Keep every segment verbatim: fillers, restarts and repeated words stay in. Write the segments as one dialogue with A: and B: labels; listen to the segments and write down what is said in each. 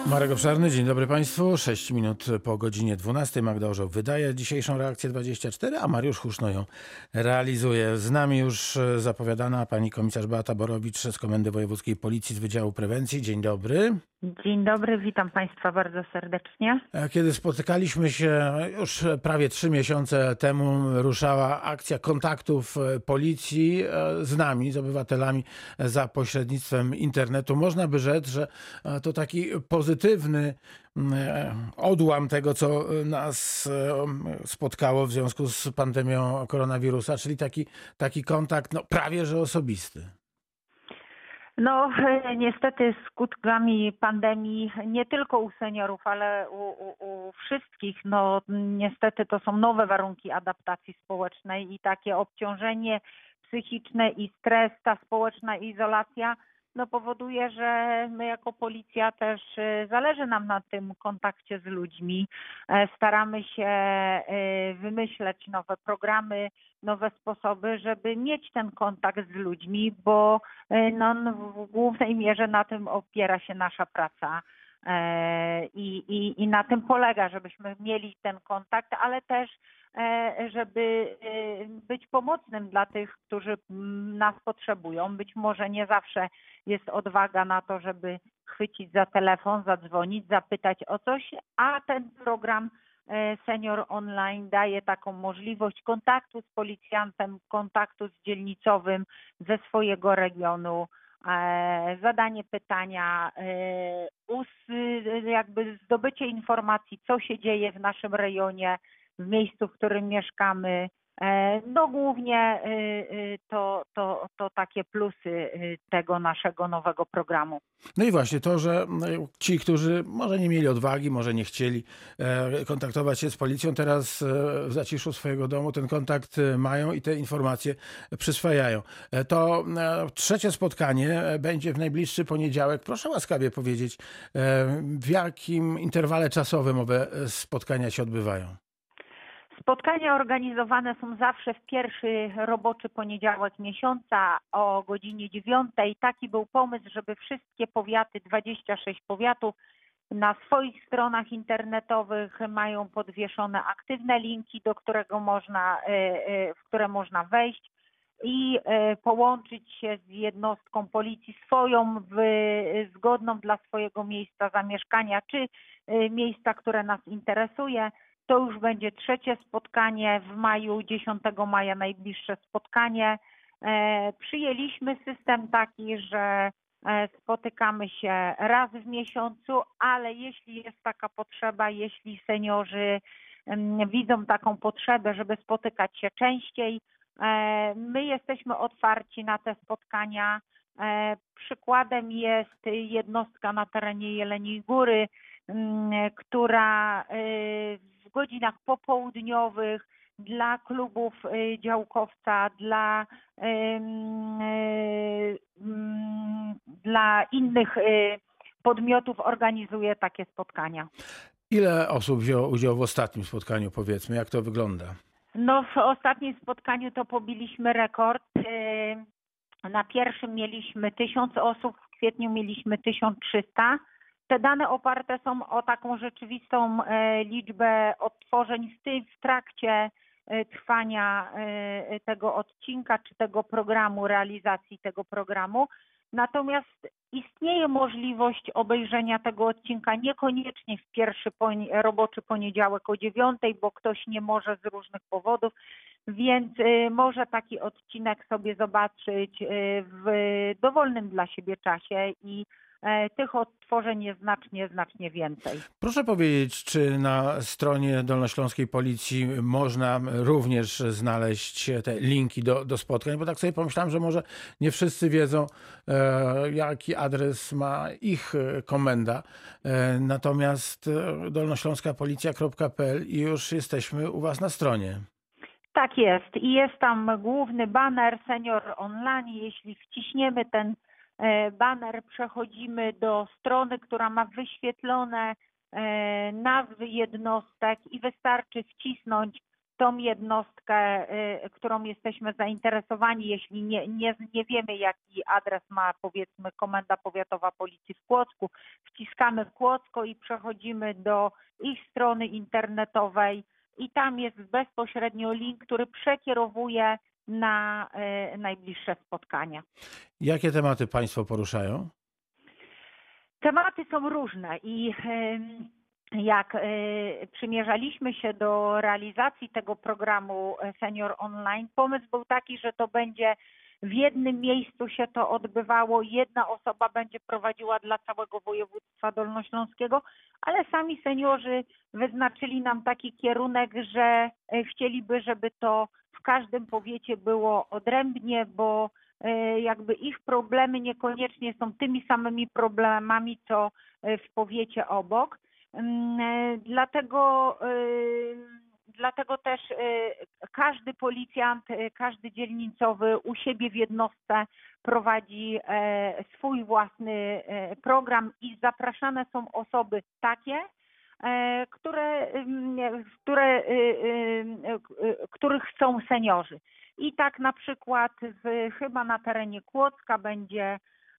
A: Marek Obszarny, dzień dobry Państwu. sześć minut po godzinie dwunastej. Magda Orzeł wydaje dzisiejszą reakcję dwadzieścia cztery, a Mariusz Huszno ją realizuje. Z nami już zapowiadana pani komisarz Beata Borowicz z Komendy Wojewódzkiej Policji z Wydziału Prewencji. Dzień dobry.
B: Dzień dobry, witam Państwa bardzo serdecznie.
A: Kiedy spotykaliśmy się już prawie trzy miesiące temu, ruszała akcja kontaktów policji z nami, z obywatelami za pośrednictwem internetu. Można by rzec, że to taki pozytywny odłam tego, co nas spotkało w związku z pandemią koronawirusa, czyli taki, taki kontakt no, prawie że osobisty.
B: No niestety skutkami pandemii nie tylko u seniorów, ale u, u, u wszystkich, no niestety to są nowe warunki adaptacji społecznej i takie obciążenie psychiczne i stres, ta społeczna izolacja no powoduje, że my jako policja też zależy nam na tym kontakcie z ludźmi. Staramy się wymyśleć nowe programy, nowe sposoby, żeby mieć ten kontakt z ludźmi, bo no, w głównej mierze na tym opiera się nasza praca. I, i, I na tym polega, żebyśmy mieli ten kontakt, ale też żeby być pomocnym dla tych, którzy nas potrzebują. Być może nie zawsze jest odwaga na to, żeby chwycić za telefon, zadzwonić, zapytać o coś, a ten program Senior Online daje taką możliwość kontaktu z policjantem, kontaktu z dzielnicowym ze swojego regionu, zadanie pytania, jakby zdobycie informacji, co się dzieje w naszym rejonie, w miejscu, w którym mieszkamy. No głównie to, to, to takie plusy tego naszego nowego programu.
A: No i właśnie to, że ci, którzy może nie mieli odwagi, może nie chcieli kontaktować się z policją, teraz w zaciszu swojego domu ten kontakt mają i te informacje przyswajają. To trzecie spotkanie będzie w najbliższy poniedziałek. Proszę łaskawie powiedzieć, w jakim interwale czasowym owe spotkania się odbywają?
B: Spotkania organizowane są zawsze w pierwszy roboczy poniedziałek miesiąca o godzinie dziewiątej. Taki był pomysł, żeby wszystkie powiaty, dwadzieścia sześć powiatów, na swoich stronach internetowych mają podwieszone aktywne linki, do którego można, w które można wejść i połączyć się z jednostką policji swoją, w, zgodną dla swojego miejsca zamieszkania, czy miejsca, które nas interesuje. To już będzie trzecie spotkanie w maju, dziesiątego maja najbliższe spotkanie. E, przyjęliśmy system taki, że e, spotykamy się raz w miesiącu, ale jeśli jest taka potrzeba, jeśli seniorzy m, widzą taką potrzebę, żeby spotykać się częściej, e, my jesteśmy otwarci na te spotkania. E, przykładem jest jednostka na terenie Jeleniej Góry, m, która y, w godzinach popołudniowych dla klubów działkowca, dla, dla innych podmiotów organizuje takie spotkania.
A: Ile osób wzięło udział w ostatnim spotkaniu, powiedzmy? Jak to wygląda?
B: No w ostatnim spotkaniu to pobiliśmy rekord. Na pierwszym mieliśmy tysiąc osób, w kwietniu mieliśmy tysiąc trzysta. Te dane oparte są o taką rzeczywistą liczbę odtworzeń w, tym, w trakcie trwania tego odcinka czy tego programu, realizacji tego programu. Natomiast istnieje możliwość obejrzenia tego odcinka niekoniecznie w pierwszy roboczy poniedziałek o dziewiątej, bo ktoś nie może z różnych powodów, więc może taki odcinek sobie zobaczyć w dowolnym dla siebie czasie i tych odtworzeń jest znacznie, znacznie więcej.
A: Proszę powiedzieć, czy na stronie Dolnośląskiej Policji można również znaleźć te linki do, do spotkań? Bo tak sobie pomyślałem, że może nie wszyscy wiedzą, e, jaki adres ma ich komenda. E, natomiast dolnośląska policja kropka p l i już jesteśmy u Was na stronie.
B: Tak jest. I jest tam główny baner Senior Online. Jeśli wciśniemy ten baner, przechodzimy do strony, która ma wyświetlone nazwy jednostek i wystarczy wcisnąć tą jednostkę, którą jesteśmy zainteresowani. Jeśli nie, nie, nie wiemy, jaki adres ma, powiedzmy, Komenda Powiatowa Policji w Kłodzku, wciskamy Kłodzko i przechodzimy do ich strony internetowej i tam jest bezpośrednio link, który przekierowuje na najbliższe spotkania.
A: Jakie tematy Państwo poruszają?
B: Tematy są różne i jak przymierzaliśmy się do realizacji tego programu Senior Online, pomysł był taki, że to będzie w jednym miejscu się to odbywało, jedna osoba będzie prowadziła dla całego województwa dolnośląskiego, ale sami seniorzy wyznaczyli nam taki kierunek, że chcieliby, żeby to w każdym powiecie było odrębnie, bo jakby ich problemy niekoniecznie są tymi samymi problemami, co w powiecie obok. Dlatego, dlatego też każdy policjant, każdy dzielnicowy u siebie w jednostce prowadzi swój własny program i zapraszane są osoby takie, które, które, których chcą seniorzy. I tak na przykład w, chyba na terenie Kłodzka będzie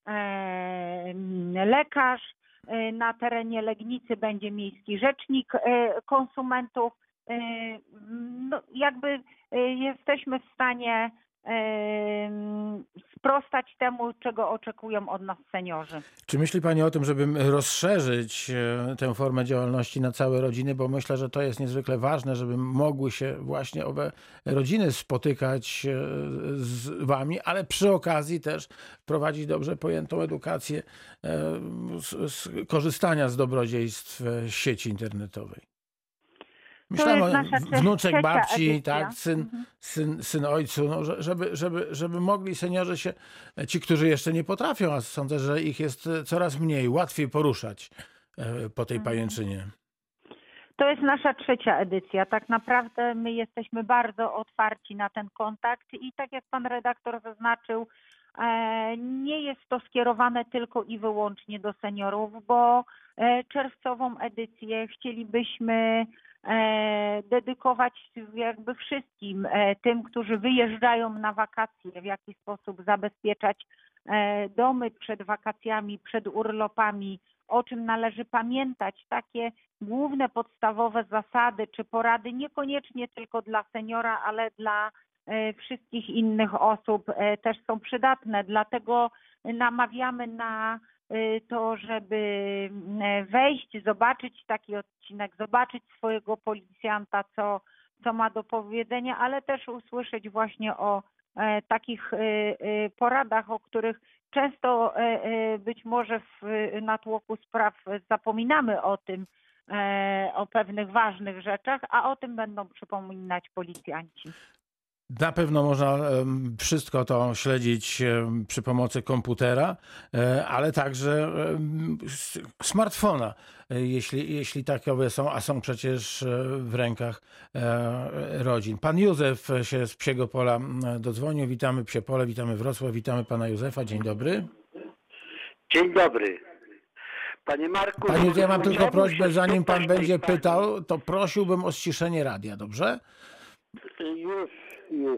B: lekarz, na terenie Legnicy będzie miejski rzecznik konsumentów. No, jakby jesteśmy w stanie sprostać temu, czego oczekują od nas seniorzy.
A: Czy myśli Pani o tym, żeby rozszerzyć tę formę działalności na całe rodziny? Bo myślę, że to jest niezwykle ważne, żeby mogły się właśnie owe rodziny spotykać z Wami, ale przy okazji też prowadzić dobrze pojętą edukację z, z korzystania z dobrodziejstw sieci internetowej. Myślałem o wnuczek babci, edycja. tak, syn, mhm. syn, syn ojcu, no, żeby, żeby, żeby mogli seniorzy się, ci, którzy jeszcze nie potrafią, a sądzę, że ich jest coraz mniej, łatwiej poruszać po tej mhm. pajęczynie.
B: To jest nasza trzecia edycja. Tak naprawdę my jesteśmy bardzo otwarci na ten kontakt i tak jak pan redaktor zaznaczył, nie jest to skierowane tylko i wyłącznie do seniorów, bo czerwcową edycję chcielibyśmy dedykować jakby wszystkim tym, którzy wyjeżdżają na wakacje, w jaki sposób zabezpieczać domy przed wakacjami, przed urlopami, o czym należy pamiętać. Takie główne, podstawowe zasady czy porady, niekoniecznie tylko dla seniora, ale dla wszystkich innych osób też są przydatne. Dlatego namawiamy na to, żeby wejść, zobaczyć taki odcinek, zobaczyć swojego policjanta, co, co ma do powiedzenia, ale też usłyszeć właśnie o takich poradach, o których często być może w natłoku spraw zapominamy o tym, o pewnych ważnych rzeczach, a o tym będą przypominać policjanci.
A: Na pewno można wszystko to śledzić przy pomocy komputera, ale także smartfona, jeśli, jeśli takowe są, a są przecież w rękach rodzin. Pan Józef się z Psiego Pola dodzwonił. Witamy Psie Pole, witamy Wrocław, witamy pana Józefa. Dzień dobry.
C: Dzień dobry. Panie Marku...
A: Panie Józef, ja mam tylko prośbę, zanim pan będzie pytał, to prosiłbym o ściszenie radia, dobrze?
C: Już, już.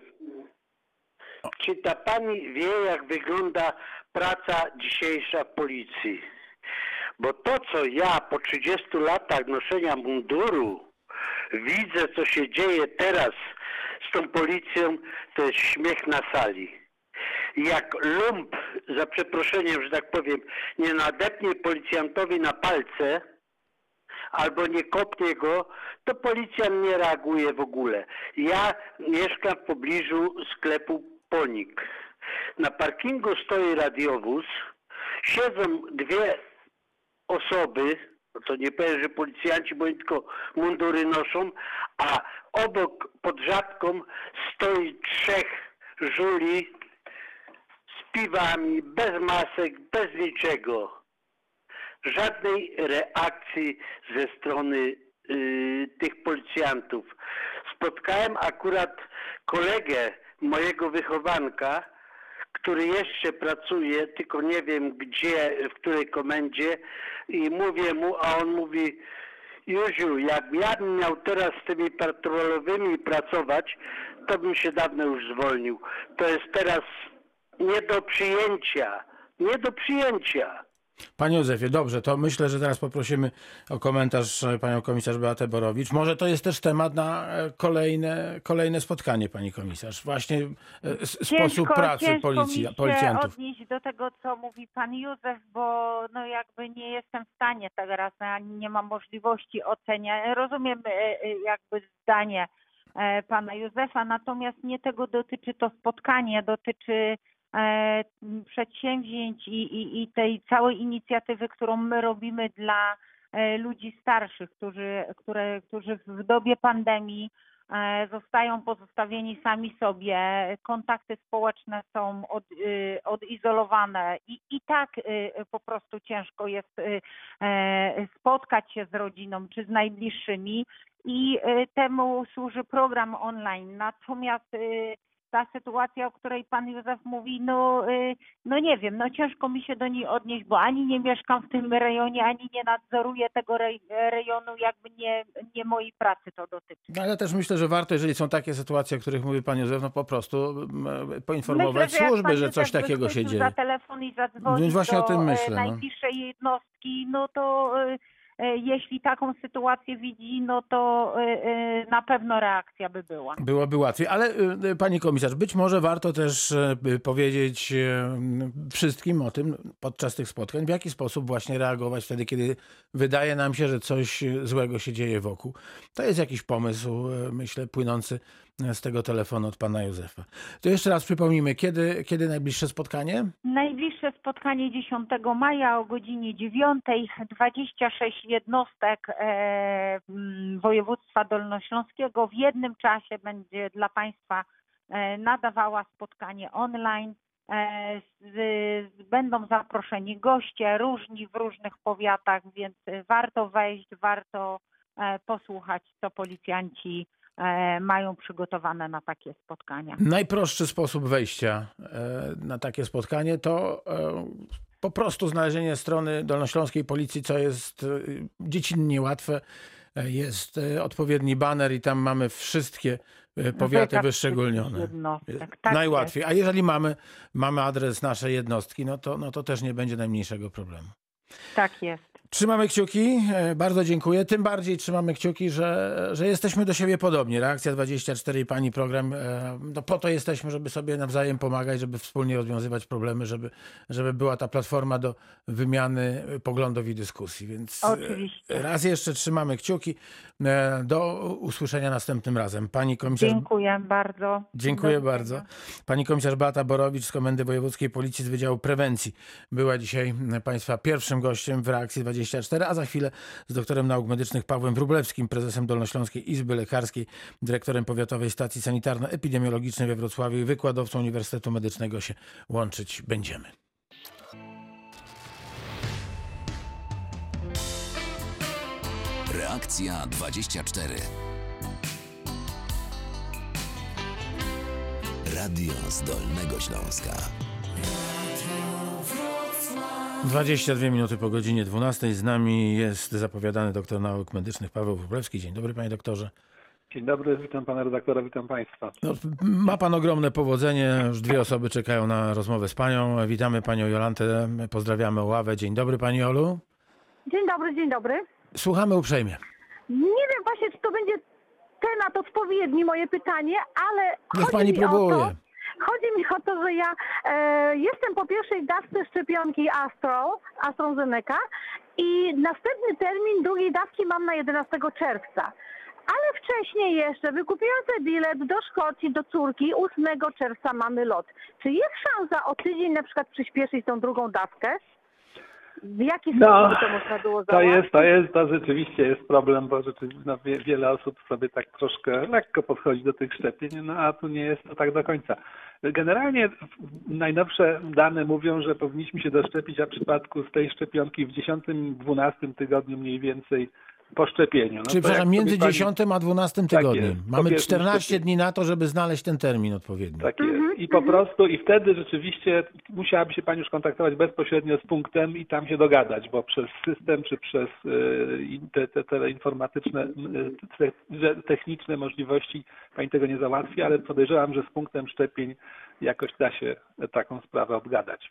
C: Czy ta pani wie, jak wygląda praca dzisiejsza w policji? Bo to, co ja po trzydziestu latach noszenia munduru widzę, co się dzieje teraz z tą policją, to jest śmiech na sali. Jak lump, za przeproszeniem, że tak powiem, nie nadepnie policjantowi na palce, albo nie kopnie go, to policjant nie reaguje w ogóle. Ja mieszkam w pobliżu sklepu Ponik. Na parkingu stoi radiowóz, siedzą dwie osoby, no to nie powiem, że policjanci, bo oni tylko mundury noszą, a obok pod żabką stoi trzech żuli z piwami, bez masek, bez niczego. Żadnej reakcji ze strony y, tych policjantów. Spotkałem akurat kolegę mojego wychowanka, który jeszcze pracuje, tylko nie wiem gdzie, w której komendzie, i mówię mu, a on mówi, Józiu, jak ja bym miał teraz z tymi patrolowymi pracować, to bym się dawno już zwolnił. To jest teraz nie do przyjęcia. Nie do przyjęcia.
A: Panie Józefie, dobrze, to myślę, że teraz poprosimy o komentarz panią komisarz Beatę Borowicz. Może to jest też temat na kolejne, kolejne spotkanie, pani komisarz. Właśnie ciężko, sposób pracy
B: ciężko
A: policji,
B: mi się
A: policjantów.
B: odnieść do tego, co mówi pan Józef, bo no jakby nie jestem w stanie teraz, ani nie mam możliwości ocenia. Rozumiem jakby zdanie pana Józefa, natomiast nie tego dotyczy to spotkanie, dotyczy przedsięwzięć i, i, i tej całej inicjatywy, którą my robimy dla ludzi starszych, którzy, które, którzy w dobie pandemii zostają pozostawieni sami sobie, kontakty społeczne są od, odizolowane i, i tak po prostu ciężko jest spotkać się z rodziną czy z najbliższymi i temu służy program online. Natomiast ta sytuacja, o której pan Józef mówi, no, no nie wiem, no ciężko mi się do niej odnieść, bo ani nie mieszkam w tym rejonie, ani nie nadzoruję tego rejonu, jakby nie, nie mojej pracy to dotyczy.
A: No, ale też myślę, że warto, jeżeli są takie sytuacje, o których mówi pan Józef, no po prostu poinformować myślę, że służby, że coś takiego się dzieje.
B: Za telefon i zadzwonić
A: Więc właśnie
B: do
A: o tym myślę,
B: najbliższej no. jednostki, no to jeśli taką sytuację widzi, no to na pewno reakcja by była.
A: Byłoby łatwiej, ale pani komisarz, być może warto też powiedzieć wszystkim o tym podczas tych spotkań, w jaki sposób właśnie reagować wtedy, kiedy wydaje nam się, że coś złego się dzieje wokół. To jest jakiś pomysł, myślę, płynący z tego telefonu od pana Józefa. To jeszcze raz przypomnijmy, kiedy, kiedy najbliższe spotkanie?
B: Najbliższe spotkanie dziesiątego maja o godzinie dziewiątej. dwadzieścia sześć jednostek e, województwa dolnośląskiego w jednym czasie będzie dla państwa e, nadawała spotkanie online. E, z, z, będą zaproszeni goście różni w różnych powiatach, więc warto wejść, warto e, posłuchać, co policjanci mają przygotowane na takie spotkania.
A: Najprostszy sposób wejścia na takie spotkanie to po prostu znalezienie strony dolnośląskiej policji, co jest dziecinnie łatwe. Jest odpowiedni baner i tam mamy wszystkie powiaty
B: Wykaz
A: wyszczególnione.
B: Jednostek. Tak
A: Najłatwiej.
B: jest.
A: A jeżeli mamy, mamy adres naszej jednostki, no to, no to też nie będzie najmniejszego problemu.
B: Tak jest.
A: Trzymamy kciuki, bardzo dziękuję. Tym bardziej trzymamy kciuki, że, że jesteśmy do siebie podobni. Reakcja dwadzieścia cztery i pani program, no po to jesteśmy, żeby sobie nawzajem pomagać, żeby wspólnie rozwiązywać problemy, żeby, żeby była ta platforma do wymiany poglądów i dyskusji. Więc
B: oczywiście.
A: Raz jeszcze trzymamy kciuki. Do usłyszenia następnym razem. Pani komisarz...
B: Dziękuję bardzo.
A: Dziękuję bardzo. Pani komisarz Beata Borowicz z Komendy Wojewódzkiej Policji z Wydziału Prewencji była dzisiaj państwa pierwszym gościem w Reakcji dwadzieścia cztery, a za chwilę z doktorem nauk medycznych Pawłem Wróblewskim, prezesem Dolnośląskiej Izby Lekarskiej, dyrektorem Powiatowej Stacji Sanitarno-Epidemiologicznej we Wrocławiu i wykładowcą Uniwersytetu Medycznego się łączyć będziemy.
D: Reakcja dwadzieścia cztery. Radio z Dolnego Śląska.
A: dwadzieścia dwie minuty po godzinie dwunastej. Z nami jest zapowiadany doktor nauk medycznych Paweł Wróblewski. Dzień dobry, panie doktorze.
E: Dzień dobry, witam pana redaktora, witam państwa.
A: No, ma pan ogromne powodzenie. Już dwie osoby czekają na rozmowę z panią. Witamy panią Jolantę, pozdrawiamy Oławę. Dzień dobry, pani Olu.
F: Dzień dobry, dzień dobry.
A: Słuchamy uprzejmie.
F: Nie wiem właśnie, czy to będzie temat odpowiedni, moje pytanie, ale
A: Niech pani
F: chodzi mi
A: próbuje.
F: o to, chodzi mi o to, że ja e, jestem po pierwszej dawce szczepionki Astro, AstraZeneca i następny termin drugiej dawki mam na jedenastego czerwca. Ale wcześniej jeszcze, wykupiłam sobie bilet do Szkocji, do córki, ósmego czerwca mamy lot. Czy jest szansa o tydzień na przykład przyspieszyć tą drugą dawkę? W jaki sposób
E: No,
F: to można było
E: to
F: załatwić?
E: jest, to jest, to rzeczywiście jest problem, bo rzeczywiście no, wie, wiele osób sobie tak troszkę lekko podchodzi do tych szczepień, no a tu nie jest to tak do końca. Generalnie najnowsze dane mówią, że powinniśmy się doszczepić, a w przypadku z tej szczepionki w dziesiątym dwunastym tygodniu mniej więcej po szczepieniu. No
A: Czyli
E: to
A: przepraszam,
E: jak
A: między
E: sobie pani-
A: dziesiątym a dwunastym
E: Tak
A: tygodniem.
E: jest. Po
A: Mamy
E: pierwszym
A: czternaście
E: szczepieniu.
A: dni na to, żeby znaleźć ten termin odpowiedni.
E: Tak jest. I po prostu, i wtedy rzeczywiście musiałaby się pani już kontaktować bezpośrednio z punktem i tam się dogadać, bo przez system czy przez y, te, te, te informatyczne, y, te, te techniczne możliwości pani tego nie załatwi, ale podejrzewam, że z punktem szczepień jakoś da się taką sprawę obgadać.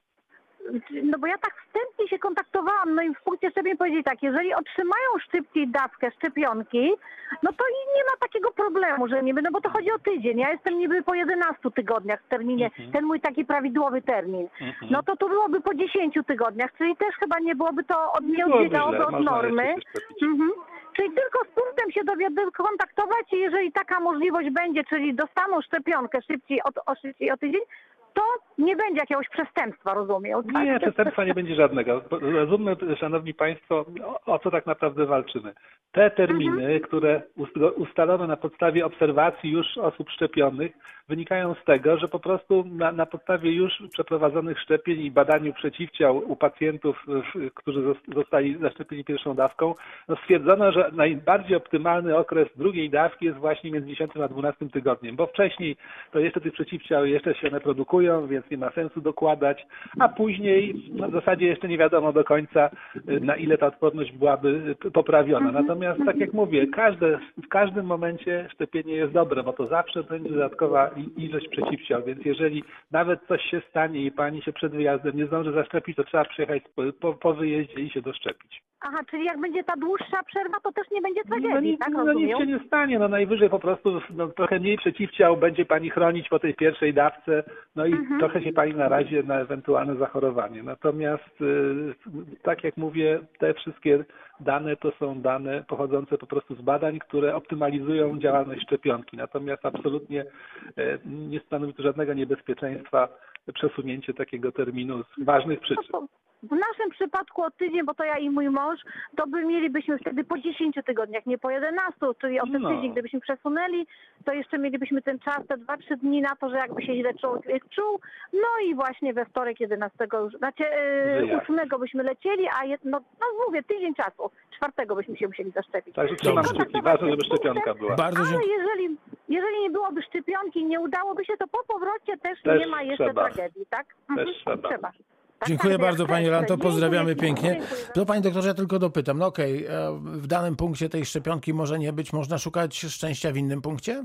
F: No bo ja tak wstępnie się kontaktowałam, no i w punkcie szczepień powiedzieli tak, jeżeli otrzymają szybciej dawkę szczepionki, no to i nie ma takiego problemu, że niby, no bo to chodzi o tydzień, ja jestem niby po jedenastu tygodniach w terminie,
E: Mhm.
F: ten mój taki prawidłowy termin,
E: Mhm.
F: no to tu byłoby po dziesięciu tygodniach, czyli też chyba nie byłoby to, od, nie
E: byłoby
F: odbiegałoby
E: źle,
F: od
E: można
F: normy.
E: jeszcze się szczepić.
F: Mhm. Czyli tylko z punktem się dowiadywać, kontaktować i jeżeli taka możliwość będzie, czyli dostaną szczepionkę szybciej o, o, szybciej o tydzień, to nie będzie jakiegoś przestępstwa, rozumiem. Tak?
E: Nie, przestępstwa nie będzie żadnego. Rozumiem, szanowni państwo, o, o co tak naprawdę walczymy. Te terminy, które ustalono na podstawie obserwacji już osób szczepionych, wynikają z tego, że po prostu na, na podstawie już przeprowadzonych szczepień i badaniu przeciwciał u pacjentów, którzy zostali zaszczepieni pierwszą dawką, no stwierdzono, że najbardziej optymalny okres drugiej dawki jest właśnie między dziesiątym a dwunastym tygodniem, bo wcześniej to jeszcze tych przeciwciał jeszcze się one produkują, więc nie ma sensu dokładać, a później no w zasadzie jeszcze nie wiadomo do końca, na ile ta odporność byłaby poprawiona. Natomiast tak jak mówię, każde, w każdym momencie szczepienie jest dobre, bo to zawsze będzie dodatkowa ilość przeciwciał, więc jeżeli nawet coś się stanie i pani się przed wyjazdem nie zdąży zaszczepić, to trzeba przyjechać po, po wyjeździe i się doszczepić.
F: Aha, czyli jak będzie ta dłuższa przerwa, to też nie będzie tragedii,
E: No, nic,
F: tak
E: no
F: rozumiem?
E: nic się nie stanie, no najwyżej po prostu no, trochę mniej przeciwciał będzie pani chronić po tej pierwszej dawce, no i
F: Mhm.
E: trochę się pani narazi na ewentualne zachorowanie. Natomiast y, tak jak mówię, te wszystkie dane to są dane pochodzące po prostu z badań, które optymalizują działalność szczepionki. Natomiast absolutnie y, nie stanowi to żadnego niebezpieczeństwa przesunięcie takiego terminu z ważnych przyczyn.
F: W naszym przypadku o tydzień, bo to ja i mój mąż, to by mielibyśmy wtedy po dziesięciu tygodniach, nie po jedenastu, czyli o ten
E: No.
F: tydzień, gdybyśmy przesunęli, to jeszcze mielibyśmy ten czas, te dwa, trzy dni na to, że jakby się źle człowiek czuł. No i właśnie we wtorek jedenastego już, znaczy
E: Wyjazd.
F: ósmego byśmy lecieli, a jed, no, no mówię, tydzień czasu, czwartego byśmy się musieli zaszczepić.
E: Także trzymam
A: Dobrze.
E: kciuki, ważne, żeby szczepionka była.
A: Bardzo
F: Ale
A: dziękuję.
F: jeżeli, jeżeli nie byłoby szczepionki i nie udałoby się, to po powrocie też,
E: Też
F: nie ma jeszcze
E: trzeba.
F: tragedii, tak? Mhm,
E: trzeba.
F: Tak,
A: Dziękuję
F: tak,
A: bardzo
F: jak
A: Pani
F: chcesz.
A: Lanto,
F: Dziękuję
A: pozdrawiamy
F: ci.
A: pięknie.
F: Dziękuję za-
A: To Panie doktorze, ja tylko dopytam, no okej, e, w danym punkcie tej szczepionki może nie być, można szukać szczęścia w innym punkcie?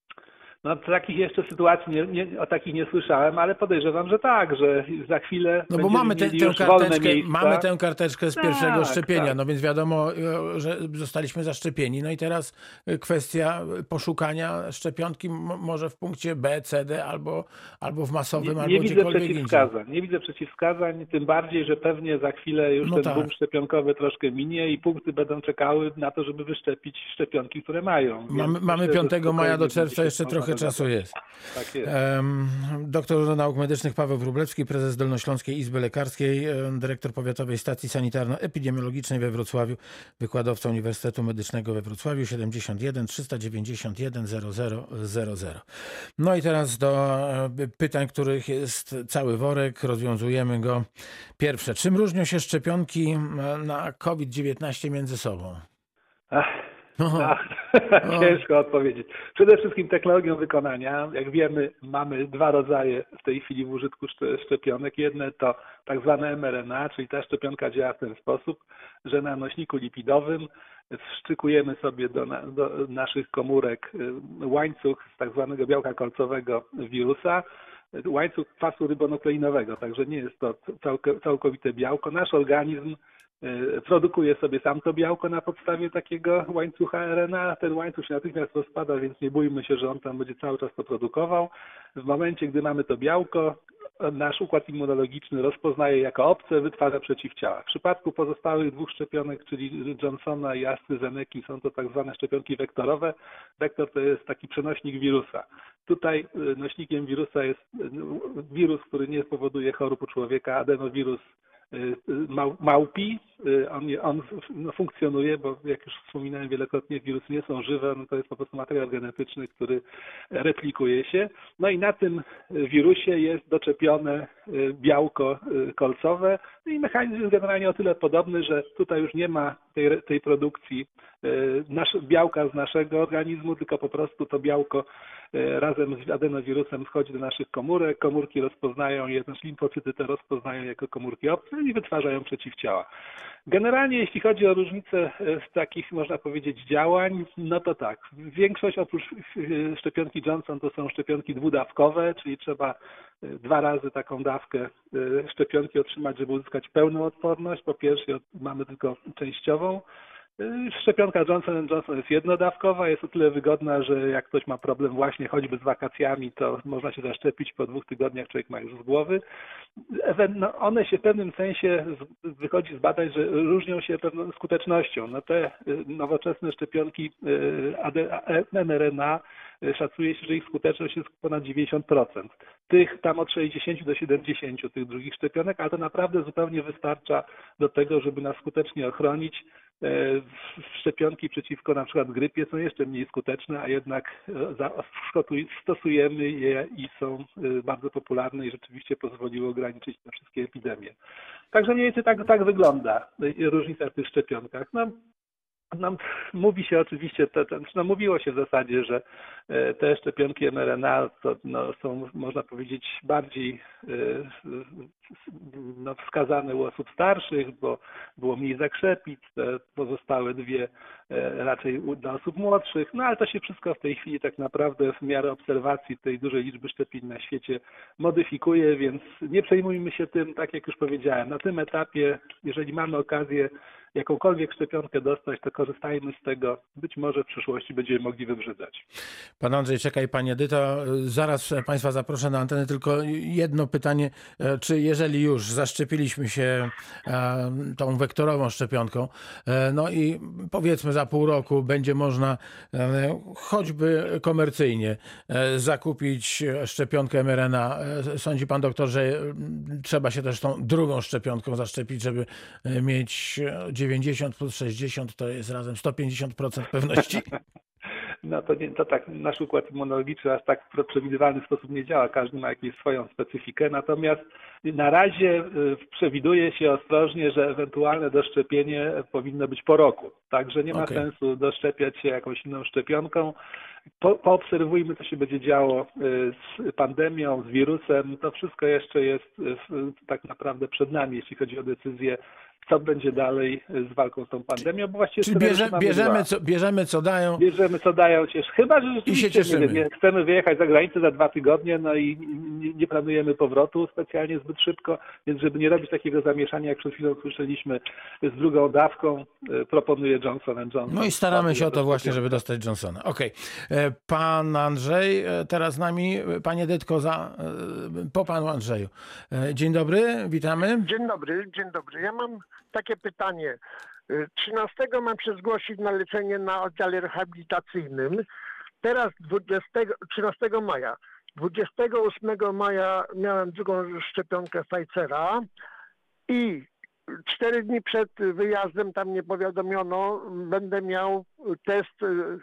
E: No takich jeszcze sytuacji, nie, nie, o takich nie słyszałem, ale podejrzewam, że tak, że za chwilę
A: No bo
E: będziemy
A: mamy te,
E: mieli
A: tę
E: już wolne
A: karteczkę,
E: miejsca.
A: mamy tę karteczkę z
E: Tak,
A: pierwszego szczepienia,
E: tak.
A: no więc wiadomo, e, że zostaliśmy zaszczepieni. No i teraz e, kwestia poszukania szczepionki m- może w punkcie B, C, D albo, albo w masowym,
E: Nie,
A: albo
E: nie widzę
A: gdziekolwiek indziej.
E: przeciwwskazań. Nie widzę przeciwwskazań, tym bardziej, że pewnie za chwilę już
A: No
E: ten
A: tak.
E: boom szczepionkowy troszkę minie i punkty będą czekały na to, żeby wyszczepić szczepionki, które mają. Więc
A: Mamy, mamy
E: myślę, że
A: piątego maja do
E: spokojnie
A: czerwca,
E: będzie
A: jeszcze
E: się
A: trochę
E: można
A: czasu jest.
E: Tak jest.
A: Em, Doktor nauk medycznych Paweł Wróblewski, prezes Dolnośląskiej Izby Lekarskiej, em, dyrektor Powiatowej Stacji Sanitarno-Epidemiologicznej we Wrocławiu, wykładowca Uniwersytetu Medycznego we Wrocławiu, siedemdziesiąt jeden trzysta dziewięćdziesiąt jeden zero zero zero zero. No i teraz do e, pytań, których jest cały worek, rozwiązujemy go. Pierwsze, czym różnią się szczepionki m, na COVID dziewiętnaście między sobą?
E: Ach.
A: Oho.
E: No, ciężko odpowiedzieć. Przede wszystkim technologią wykonania. Jak wiemy, mamy dwa rodzaje w tej chwili w użytku szcze- szczepionek. Jedne to tak zwane em er en a, czyli ta szczepionka działa w ten sposób, że na nośniku lipidowym wszczykujemy sobie do, na, do naszych komórek y, łańcuch z tak zwanego białka kolcowego wirusa, łańcuch kwasu rybonukleinowego, także nie jest to całk- całkowite białko. Nasz organizm produkuje sobie sam to białko na podstawie takiego łańcucha er en a. Ten łańcuch się natychmiast rozpada, więc nie bójmy się, że on tam będzie cały czas to produkował. W momencie, gdy mamy to białko, nasz układ immunologiczny rozpoznaje jako obce, wytwarza przeciwciała. W przypadku pozostałych dwóch szczepionek, czyli Johnsona i AstraZeneki, są to tak zwane szczepionki wektorowe. Wektor to jest taki przenośnik wirusa. Tutaj nośnikiem wirusa jest wirus, który nie spowoduje chorób u człowieka, adenowirus Mał, małpi, on, on no, funkcjonuje, bo jak już wspominałem wielokrotnie, wirusy nie są żywe, no to jest po prostu materiał genetyczny, który replikuje się. No i na tym wirusie jest doczepione białko kolcowe. No i mechanizm jest generalnie o tyle podobny, że tutaj już nie ma tej, tej produkcji nasz, białka z naszego organizmu, tylko po prostu to białko razem z adenowirusem wchodzi do naszych komórek, komórki rozpoznają je, znaczy limfocyty te rozpoznają jako komórki obce i wytwarzają przeciwciała. Generalnie jeśli chodzi o różnice z takich, można powiedzieć, działań, no to tak, większość oprócz szczepionki Johnson to są szczepionki dwudawkowe, czyli trzeba dwa razy taką dawkę szczepionki otrzymać, żeby uzyskać pełną odporność. Po pierwsze mamy tylko częściową. Szczepionka Johnson and Johnson jest jednodawkowa, jest o tyle wygodna, że jak ktoś ma problem właśnie choćby z wakacjami, to można się zaszczepić, po dwóch tygodniach człowiek ma już z głowy. No one się w pewnym sensie, wychodzi z badań, że różnią się pewną skutecznością. No te nowoczesne szczepionki em er en a szacuje się, że ich skuteczność jest ponad dziewięćdziesiąt procent. Tych tam od sześćdziesięciu do siedemdziesięciu tych drugich szczepionek, ale to naprawdę zupełnie wystarcza do tego, żeby nas skutecznie ochronić. Szczepionki przeciwko na przykład grypie są jeszcze mniej skuteczne, a jednak stosujemy je i są bardzo popularne i rzeczywiście pozwoliły ograniczyć te wszystkie epidemie. Także mniej więcej tak, tak wygląda różnica w tych szczepionkach. No, no, mówi się oczywiście, to, to, no, mówiło się w zasadzie, że te szczepionki em er en a to, no, są, można powiedzieć, bardziej no, wskazane u osób starszych, bo było mniej zakrzepic, te pozostałe dwie raczej dla osób młodszych, no ale to się wszystko w tej chwili tak naprawdę w miarę obserwacji tej dużej liczby szczepień na świecie modyfikuje, więc nie przejmujmy się tym, tak jak już powiedziałem, na tym etapie, jeżeli mamy okazję jakąkolwiek szczepionkę dostać, to korzystajmy z tego. Być może w przyszłości będziemy mogli wybrzydzać.
A: Pan Andrzej, czekaj, Pani Edyto, zaraz Państwa zaproszę na antenę, tylko jedno pytanie, czy jeżeli już zaszczepiliśmy się tą wektorową szczepionką, no i powiedzmy za pół roku będzie można choćby komercyjnie zakupić szczepionkę em er en a, sądzi Pan doktor, że trzeba się też tą drugą szczepionką zaszczepić, żeby mieć dziewięćdziesiąt plus sześćdziesiąt to jest razem sto pięćdziesiąt procent pewności?
E: No to, nie, to tak, nasz układ immunologiczny aż tak w przewidywalny sposób nie działa. Każdy ma jakąś swoją specyfikę. Natomiast na razie przewiduje się ostrożnie, że ewentualne doszczepienie powinno być po roku. Także nie ma okay. sensu doszczepiać się jakąś inną szczepionką. Po, poobserwujmy, co się będzie działo z pandemią, z wirusem. To wszystko jeszcze jest tak naprawdę przed nami, jeśli chodzi o decyzję, co będzie dalej z walką z tą pandemią, bo właściwie...
A: Czyli bierze, bierzemy, co, bierzemy, co dają.
E: Bierzemy, co dają, ciesz. Chyba, że rzeczywiście
A: I się cieszymy.
E: Nie, nie chcemy wyjechać za granicę za dwa tygodnie, no i nie, nie planujemy powrotu specjalnie zbyt szybko, więc żeby nie robić takiego zamieszania, jak przed chwilą słyszeliśmy, z drugą dawką, proponuję Johnson and Johnson.
A: No i staramy się o to właśnie, żeby dostać Johnsona. Okej. Okay. Pan Andrzej, teraz z nami, Panie Edytko, za, po Panu Andrzeju. Dzień dobry, witamy.
G: Dzień dobry, dzień dobry. Ja mam takie pytanie. trzynastego mam się zgłosić na leczenie na oddziale rehabilitacyjnym. Teraz dwudziestego, trzynastego maja. dwudziestego ósmego maja miałem drugą szczepionkę Pfizera i cztery dni przed wyjazdem tam mnie powiadomiono, będę miał test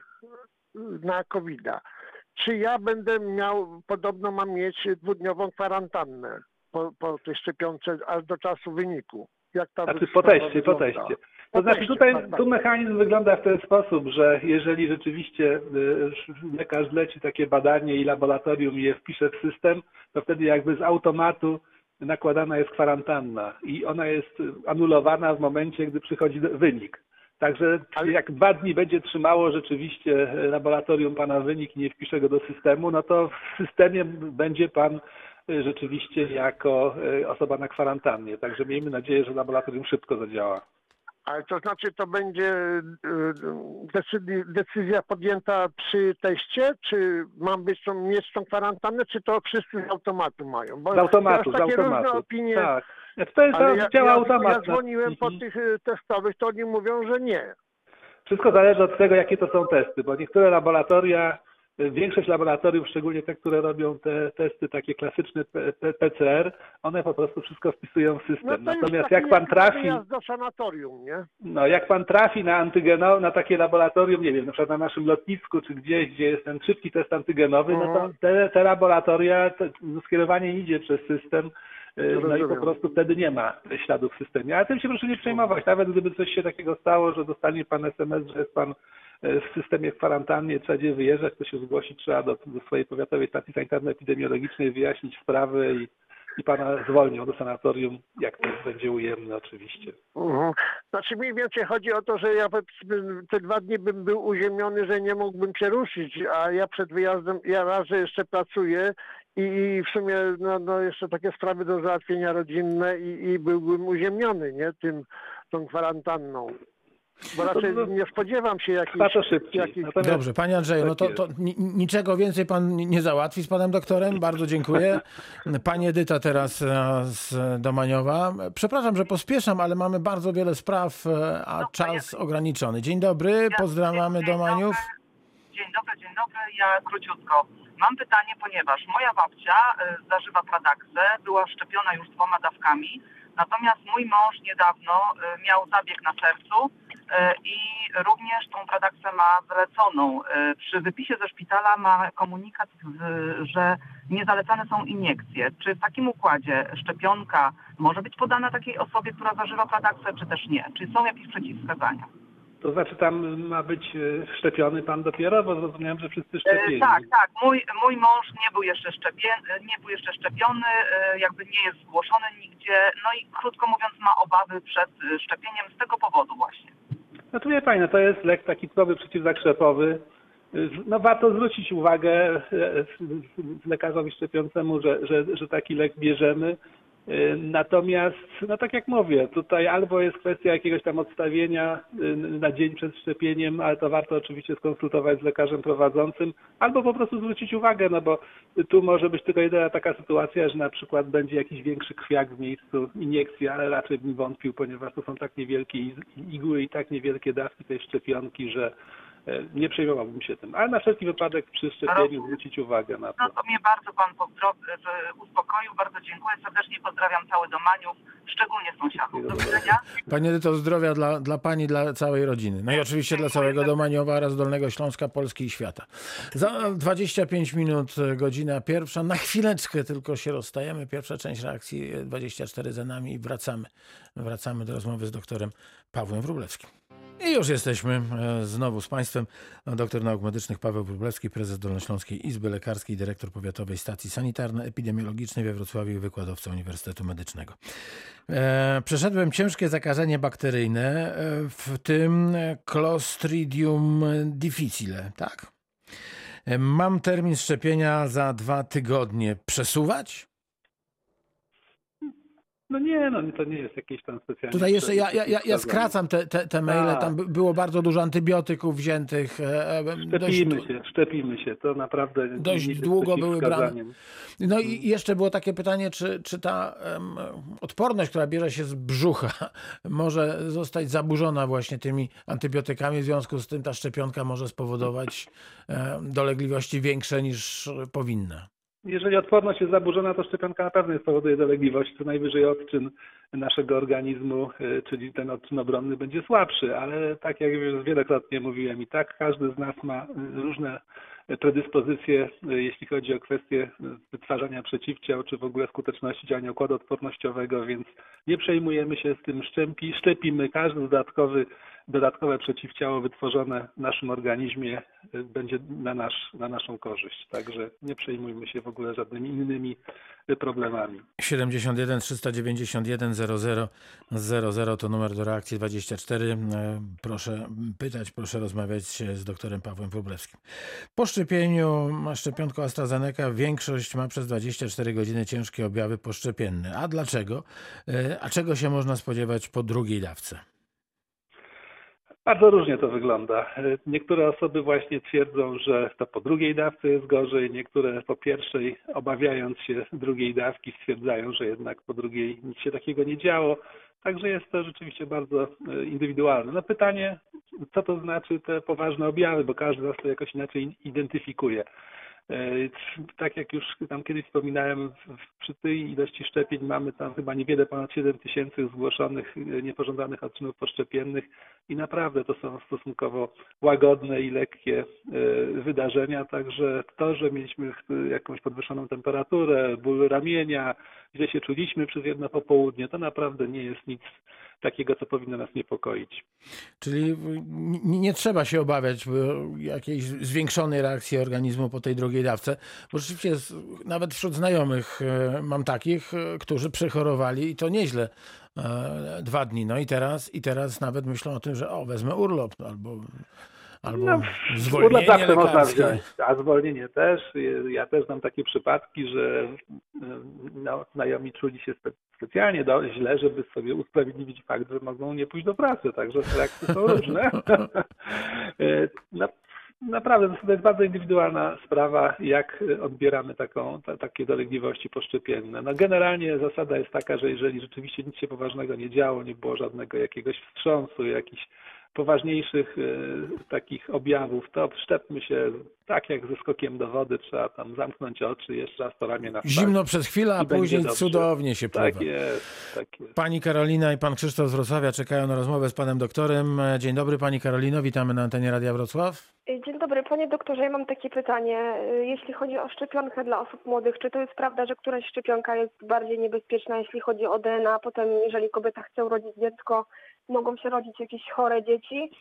G: na kowida. Czy ja będę miał, podobno mam mieć dwudniową kwarantannę po, po tej szczepionce aż do czasu wyniku? Jak to
E: znaczy po teście, po teście. To znaczy tutaj tu mechanizm wygląda w ten sposób, że jeżeli rzeczywiście lekarz zleci takie badanie i laboratorium je wpisze w system, to wtedy jakby z automatu nakładana jest kwarantanna i ona jest anulowana w momencie, gdy przychodzi wynik. Także jak dwa dni będzie trzymało rzeczywiście laboratorium pana wynik i nie wpisze go do systemu, no to w systemie będzie pan rzeczywiście jako osoba na kwarantannie. Także miejmy nadzieję, że laboratorium szybko zadziała.
G: Ale to znaczy to będzie decyzja podjęta przy teście, czy mam być tą, mieć tą kwarantannę, czy to wszyscy z automatu mają? Bo
E: z automatu,
G: takie
E: z automatu.
G: Różne opinie,
E: tak. To jest
G: ale ja,
E: działa
G: ja,
E: automat.
G: ja dzwoniłem po tych testowych, to oni mówią, że nie.
E: Wszystko zależy od tego, jakie to są testy, bo niektóre laboratoria, większość laboratoriów, szczególnie te, które robią te testy takie klasyczne P C R, one po prostu wszystko wpisują w system.
G: No
E: Natomiast jak pan trafi
G: do sanatorium, nie?
E: No, jak pan trafi na antygeno, na takie laboratorium, nie wiem, na przykład na naszym lotnisku, czy gdzieś, gdzie jest ten szybki test antygenowy, no to te, te laboratoria, te, skierowanie idzie przez system No i po prostu wtedy nie ma śladów w systemie. Ale tym się proszę nie przejmować. Nawet gdyby coś się takiego stało, że dostanie pan es em es, że jest pan w systemie kwarantannie, trzeba gdzie wyjeżdżać, to się zgłosić trzeba do, do swojej powiatowej stacji sanitarno-epidemiologicznej, wyjaśnić sprawę i, i pana zwolnią do sanatorium, jak to będzie ujemne oczywiście.
G: Mhm. Znaczy mniej więcej chodzi o to, że ja te dwa dni bym był uziemiony, że nie mógłbym się ruszyć, a ja przed wyjazdem, ja raz, że jeszcze pracuję i w sumie no, no jeszcze takie sprawy do załatwienia rodzinne i, i byłbym uziemiony, nie, tym, tą kwarantanną. Bo raczej
E: to, to,
G: nie spodziewam się jakichś...
E: to szybciej.
G: Jakich...
A: Dobrze, panie Andrzeju, no to, to niczego więcej pan nie załatwi z panem doktorem. Bardzo dziękuję. Pani Edyta teraz z Domaniowa. Przepraszam, że pospieszam, ale mamy bardzo wiele spraw, a czas ograniczony. Dzień dobry, pozdrawiamy Domaniów.
H: Dzień dobry, dzień dobry. Ja króciutko. Mam pytanie, ponieważ moja babcia zażywa Pradaxę, była szczepiona już dwoma dawkami, natomiast mój mąż niedawno miał zabieg na sercu i również tą Pradaxę ma zleconą. Przy wypisie ze szpitala ma komunikat, że niezalecane są iniekcje. Czy w takim układzie szczepionka może być podana takiej osobie, która zażywa Pradaxę, czy też nie? Czy są jakieś przeciwwskazania?
E: To znaczy tam ma być szczepiony pan dopiero, bo zrozumiałem, że wszyscy szczepieni.
H: E, tak, tak. Mój, mój mąż nie był jeszcze szczepiony, nie był jeszcze szczepiony, e, jakby nie jest zgłoszony nigdzie, no i krótko mówiąc ma obawy przed szczepieniem z tego powodu właśnie.
E: No to wie pani, no to jest lek taki typowy przeciwzakrzepowy. No warto zwrócić uwagę lekarzowi szczepiącemu, że, że, że taki lek bierzemy. Natomiast, no tak jak mówię, tutaj albo jest kwestia jakiegoś tam odstawienia na dzień przed szczepieniem, ale to warto oczywiście skonsultować z lekarzem prowadzącym, albo po prostu zwrócić uwagę, no bo tu może być tylko jedna taka sytuacja, że na przykład będzie jakiś większy krwiak w miejscu iniekcji, ale raczej bym wątpił, ponieważ to są tak niewielkie igły i tak niewielkie dawki tej szczepionki, że nie przejmowałbym się tym, ale na wszelki wypadek przy szczepieniu zwrócić uwagę na to.
H: No to mnie bardzo pan uspokoił, bardzo dziękuję, serdecznie pozdrawiam cały Domaniów, szczególnie sąsiadów. Do widzenia.
A: Panie Edyto, zdrowia dla, dla pani, dla całej rodziny. No i oczywiście dla całego Domaniowa oraz Dolnego Śląska, Polski i świata. Za dwadzieścia pięć minut, godzina pierwsza. Na chwileczkę tylko się rozstajemy. Pierwsza część reakcji dwadzieścia cztery za nami i wracamy. Wracamy do rozmowy z doktorem Pawłem Wróblewskim. I już jesteśmy znowu z Państwem. Doktor nauk medycznych Paweł Wróblewski, prezes Dolnośląskiej Izby Lekarskiej, dyrektor Powiatowej Stacji Sanitarno-Epidemiologicznej we Wrocławiu i wykładowca Uniwersytetu Medycznego. Przeszedłem ciężkie zakażenie bakteryjne, w tym Clostridium difficile, tak? Mam termin szczepienia za dwa tygodnie. Przesuwać?
E: No nie, no to nie jest jakieś tam specjalne...
A: Tutaj jeszcze ja, ja, ja, ja skracam te, te, te maile, tam było bardzo dużo antybiotyków wziętych.
E: Szczepimy
A: dość,
E: się, szczepimy się, to naprawdę...
A: Dość długo były brane. No i jeszcze było takie pytanie, czy, czy ta um, odporność, która bierze się z brzucha, może zostać zaburzona właśnie tymi antybiotykami, w związku z tym ta szczepionka może spowodować um, dolegliwości większe niż powinna.
E: Jeżeli odporność jest zaburzona, to szczepionka na pewno spowoduje dolegliwość. Co najwyżej odczyn naszego organizmu, czyli ten odczyn obronny będzie słabszy, ale tak jak już wielokrotnie mówiłem i tak każdy z nas ma różne predyspozycje, jeśli chodzi o kwestię wytwarzania przeciwciał, czy w ogóle skuteczności działania układu odpornościowego, więc nie przejmujemy się z tym, szczepi, szczepimy. Każdy dodatkowy, dodatkowe przeciwciało wytworzone w naszym organizmie będzie na, nasz, na naszą korzyść. Także nie przejmujmy się w ogóle żadnymi innymi problemami.
A: siedemdziesiąt jeden trzysta dziewięćdziesiąt jeden zero zero zero zero to numer do reakcji dwadzieścia cztery. Proszę pytać, proszę rozmawiać z doktorem Pawłem Wróblewskim. Po szczepieniu szczepionką AstraZeneca większość ma przez dwadzieścia cztery godziny ciężkie objawy poszczepienne. A dlaczego? A czego się można spodziewać po drugiej dawce?
E: Bardzo różnie to wygląda. Niektóre osoby właśnie twierdzą, że to po drugiej dawce jest gorzej, niektóre po pierwszej, obawiając się drugiej dawki, stwierdzają, że jednak po drugiej nic się takiego nie działo. Także jest to rzeczywiście bardzo indywidualne. No pytanie, co to znaczy te poważne objawy, bo każdy z nas to jakoś inaczej identyfikuje. Tak jak już tam kiedyś wspominałem, przy tej ilości szczepień mamy tam chyba niewiele ponad siedem tysięcy zgłoszonych niepożądanych odczynów poszczepiennych i naprawdę to są stosunkowo łagodne i lekkie wydarzenia, także to, że mieliśmy jakąś podwyższoną temperaturę, ból ramienia, źle się czuliśmy przez jedno popołudnie, to naprawdę nie jest nic takiego, co powinno nas niepokoić.
A: Czyli nie, nie trzeba się obawiać jakiejś zwiększonej reakcji organizmu po tej drugiej dawce, bo rzeczywiście nawet wśród znajomych mam takich, którzy przechorowali i to nieźle dwa dni. No i teraz, i teraz nawet myślą o tym, że o, wezmę urlop albo... Albo
E: no,
A: zwolnienie
E: zawsze
A: lekarskie.
E: Można wziąć, a zwolnienie też. Ja też mam takie przypadki, że no, znajomi czuli się spe, specjalnie do, źle, żeby sobie usprawiedliwić fakt, że mogą nie pójść do pracy, także reakcje są różne. no, naprawdę to jest bardzo indywidualna sprawa, jak odbieramy taką, ta, takie dolegliwości poszczepienne. No, generalnie zasada jest taka, że jeżeli rzeczywiście nic się poważnego nie działo, nie było żadnego jakiegoś wstrząsu, jakichś poważniejszych y, takich objawów, to szczepmy się tak jak ze skokiem do wody, trzeba tam zamknąć oczy, jeszcze raz to ramię na
A: zimno przez chwilę, a później cudownie się pływa.
E: Tak jest, tak jest.
A: Pani Karolina i pan Krzysztof z Wrocławia czekają na rozmowę z panem doktorem. Dzień dobry pani Karolino, witamy na antenie Radia Wrocław.
I: Dzień dobry, panie doktorze, ja mam takie pytanie. Jeśli chodzi o szczepionkę dla osób młodych, czy to jest prawda, że któraś szczepionka jest bardziej niebezpieczna, jeśli chodzi o D N A, a potem jeżeli kobieta chce urodzić dziecko, mogą się rodzić jakieś chore dzieci?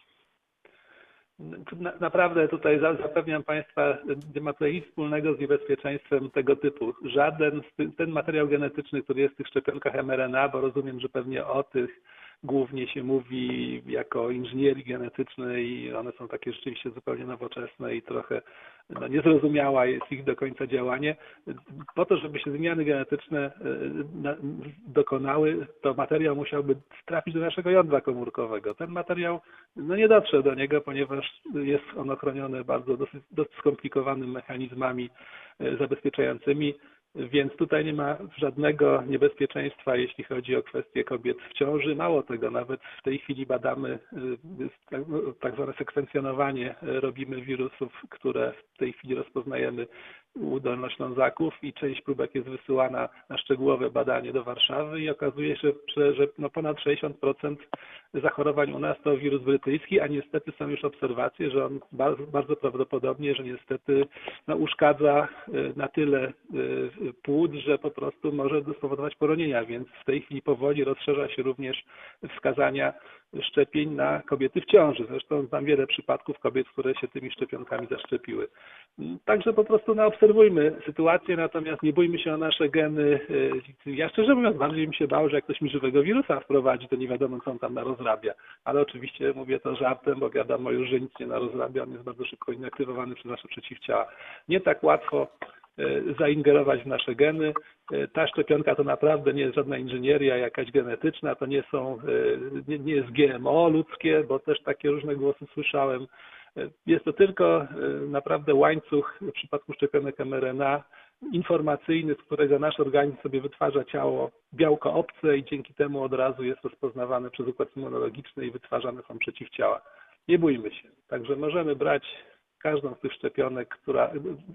E: Naprawdę tutaj zapewniam Państwa, nie ma tutaj nic wspólnego z niebezpieczeństwem tego typu. Żaden ten materiał genetyczny, który jest w tych szczepionkach em er en a, bo rozumiem, że pewnie o tych głównie się mówi jako inżynierii genetycznej i one są takie rzeczywiście zupełnie nowoczesne i trochę no, niezrozumiała jest ich do końca działanie. Po to, żeby się zmiany genetyczne dokonały, to materiał musiałby trafić do naszego jądra komórkowego. Ten materiał no, nie dotrze do niego, ponieważ jest on ochroniony bardzo dosyć, dosyć skomplikowanym mechanizmami zabezpieczającymi. Więc tutaj nie ma żadnego niebezpieczeństwa, jeśli chodzi o kwestie kobiet w ciąży. Mało tego, nawet w tej chwili badamy tak zwane sekwencjonowanie, robimy wirusów, które w tej chwili rozpoznajemy u Dolnoślązaków i część próbek jest wysyłana na szczegółowe badanie do Warszawy i okazuje się, że, że no ponad sześćdziesiąt procent zachorowań u nas to wirus brytyjski, a niestety są już obserwacje, że on bardzo, bardzo prawdopodobnie, że niestety no, uszkadza na tyle płód, że po prostu może spowodować poronienia, więc w tej chwili powoli rozszerza się również wskazania szczepień na kobiety w ciąży. Zresztą znam wiele przypadków kobiet, które się tymi szczepionkami zaszczepiły. Także po prostu no, obserwujmy sytuację, natomiast nie bójmy się o nasze geny. Ja szczerze mówiąc bardziej bym się bał, że jak ktoś mi żywego wirusa wprowadzi, to nie wiadomo, co on tam narozrabia. Ale oczywiście mówię to żartem, bo wiadomo już, że nic nie narozrabia, on jest bardzo szybko inaktywowany przez nasze przeciwciała. Nie tak łatwo zaingerować w nasze geny. Ta szczepionka to naprawdę nie jest żadna inżynieria jakaś genetyczna, to nie są, nie, nie jest G M O ludzkie, bo też takie różne głosy słyszałem. Jest to tylko naprawdę łańcuch w przypadku szczepionek em er en a informacyjny, z którego nasz organizm sobie wytwarza ciało białko obce i dzięki temu od razu jest rozpoznawane przez układ immunologiczny i wytwarzane są przeciwciała. Nie bójmy się. Także możemy brać każdą z tych szczepionek, która,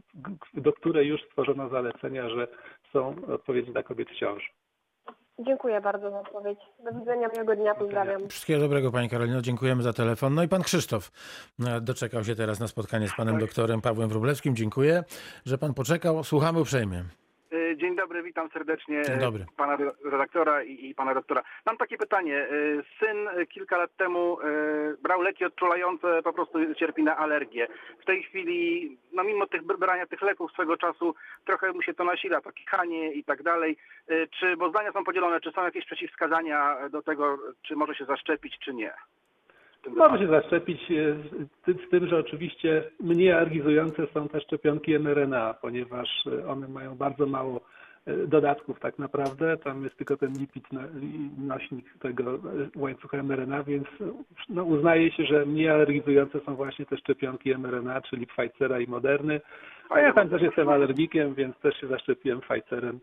E: do której już stworzono zalecenia, że są odpowiednie dla kobiet w ciąży.
I: Dziękuję bardzo za odpowiedź. Do widzenia, miłego dnia, pozdrawiam.
A: Wszystkiego dobrego pani Karolino, dziękujemy za telefon. No i pan Krzysztof doczekał się teraz na spotkanie z panem doktorem Pawłem Wróblewskim. Dziękuję, że pan poczekał. Słuchamy uprzejmie.
J: Dzień dobry, witam serdecznie
A: Dzień dobry.
J: pana redaktora i, i pana doktora. Mam takie pytanie. Syn kilka lat temu brał leki odczulające, po prostu cierpi na alergię. W tej chwili, no mimo tych brania tych leków swego czasu, trochę mu się to nasila, to kichanie i tak dalej. Czy, bo zdania są podzielone, czy są jakieś przeciwwskazania do tego, czy może się zaszczepić, czy nie?
E: Może się zaszczepić z tym, że oczywiście mniej alergizujące są te szczepionki em er en a, ponieważ one mają bardzo mało dodatków tak naprawdę. Tam jest tylko ten lipid, nośnik tego łańcucha em er en a, więc no, uznaje się, że mniej alergizujące są właśnie te szczepionki em er en a, czyli Pfizera i Moderny. A ja tam też jestem alergikiem, więc też się zaszczepiłem Pfizerem.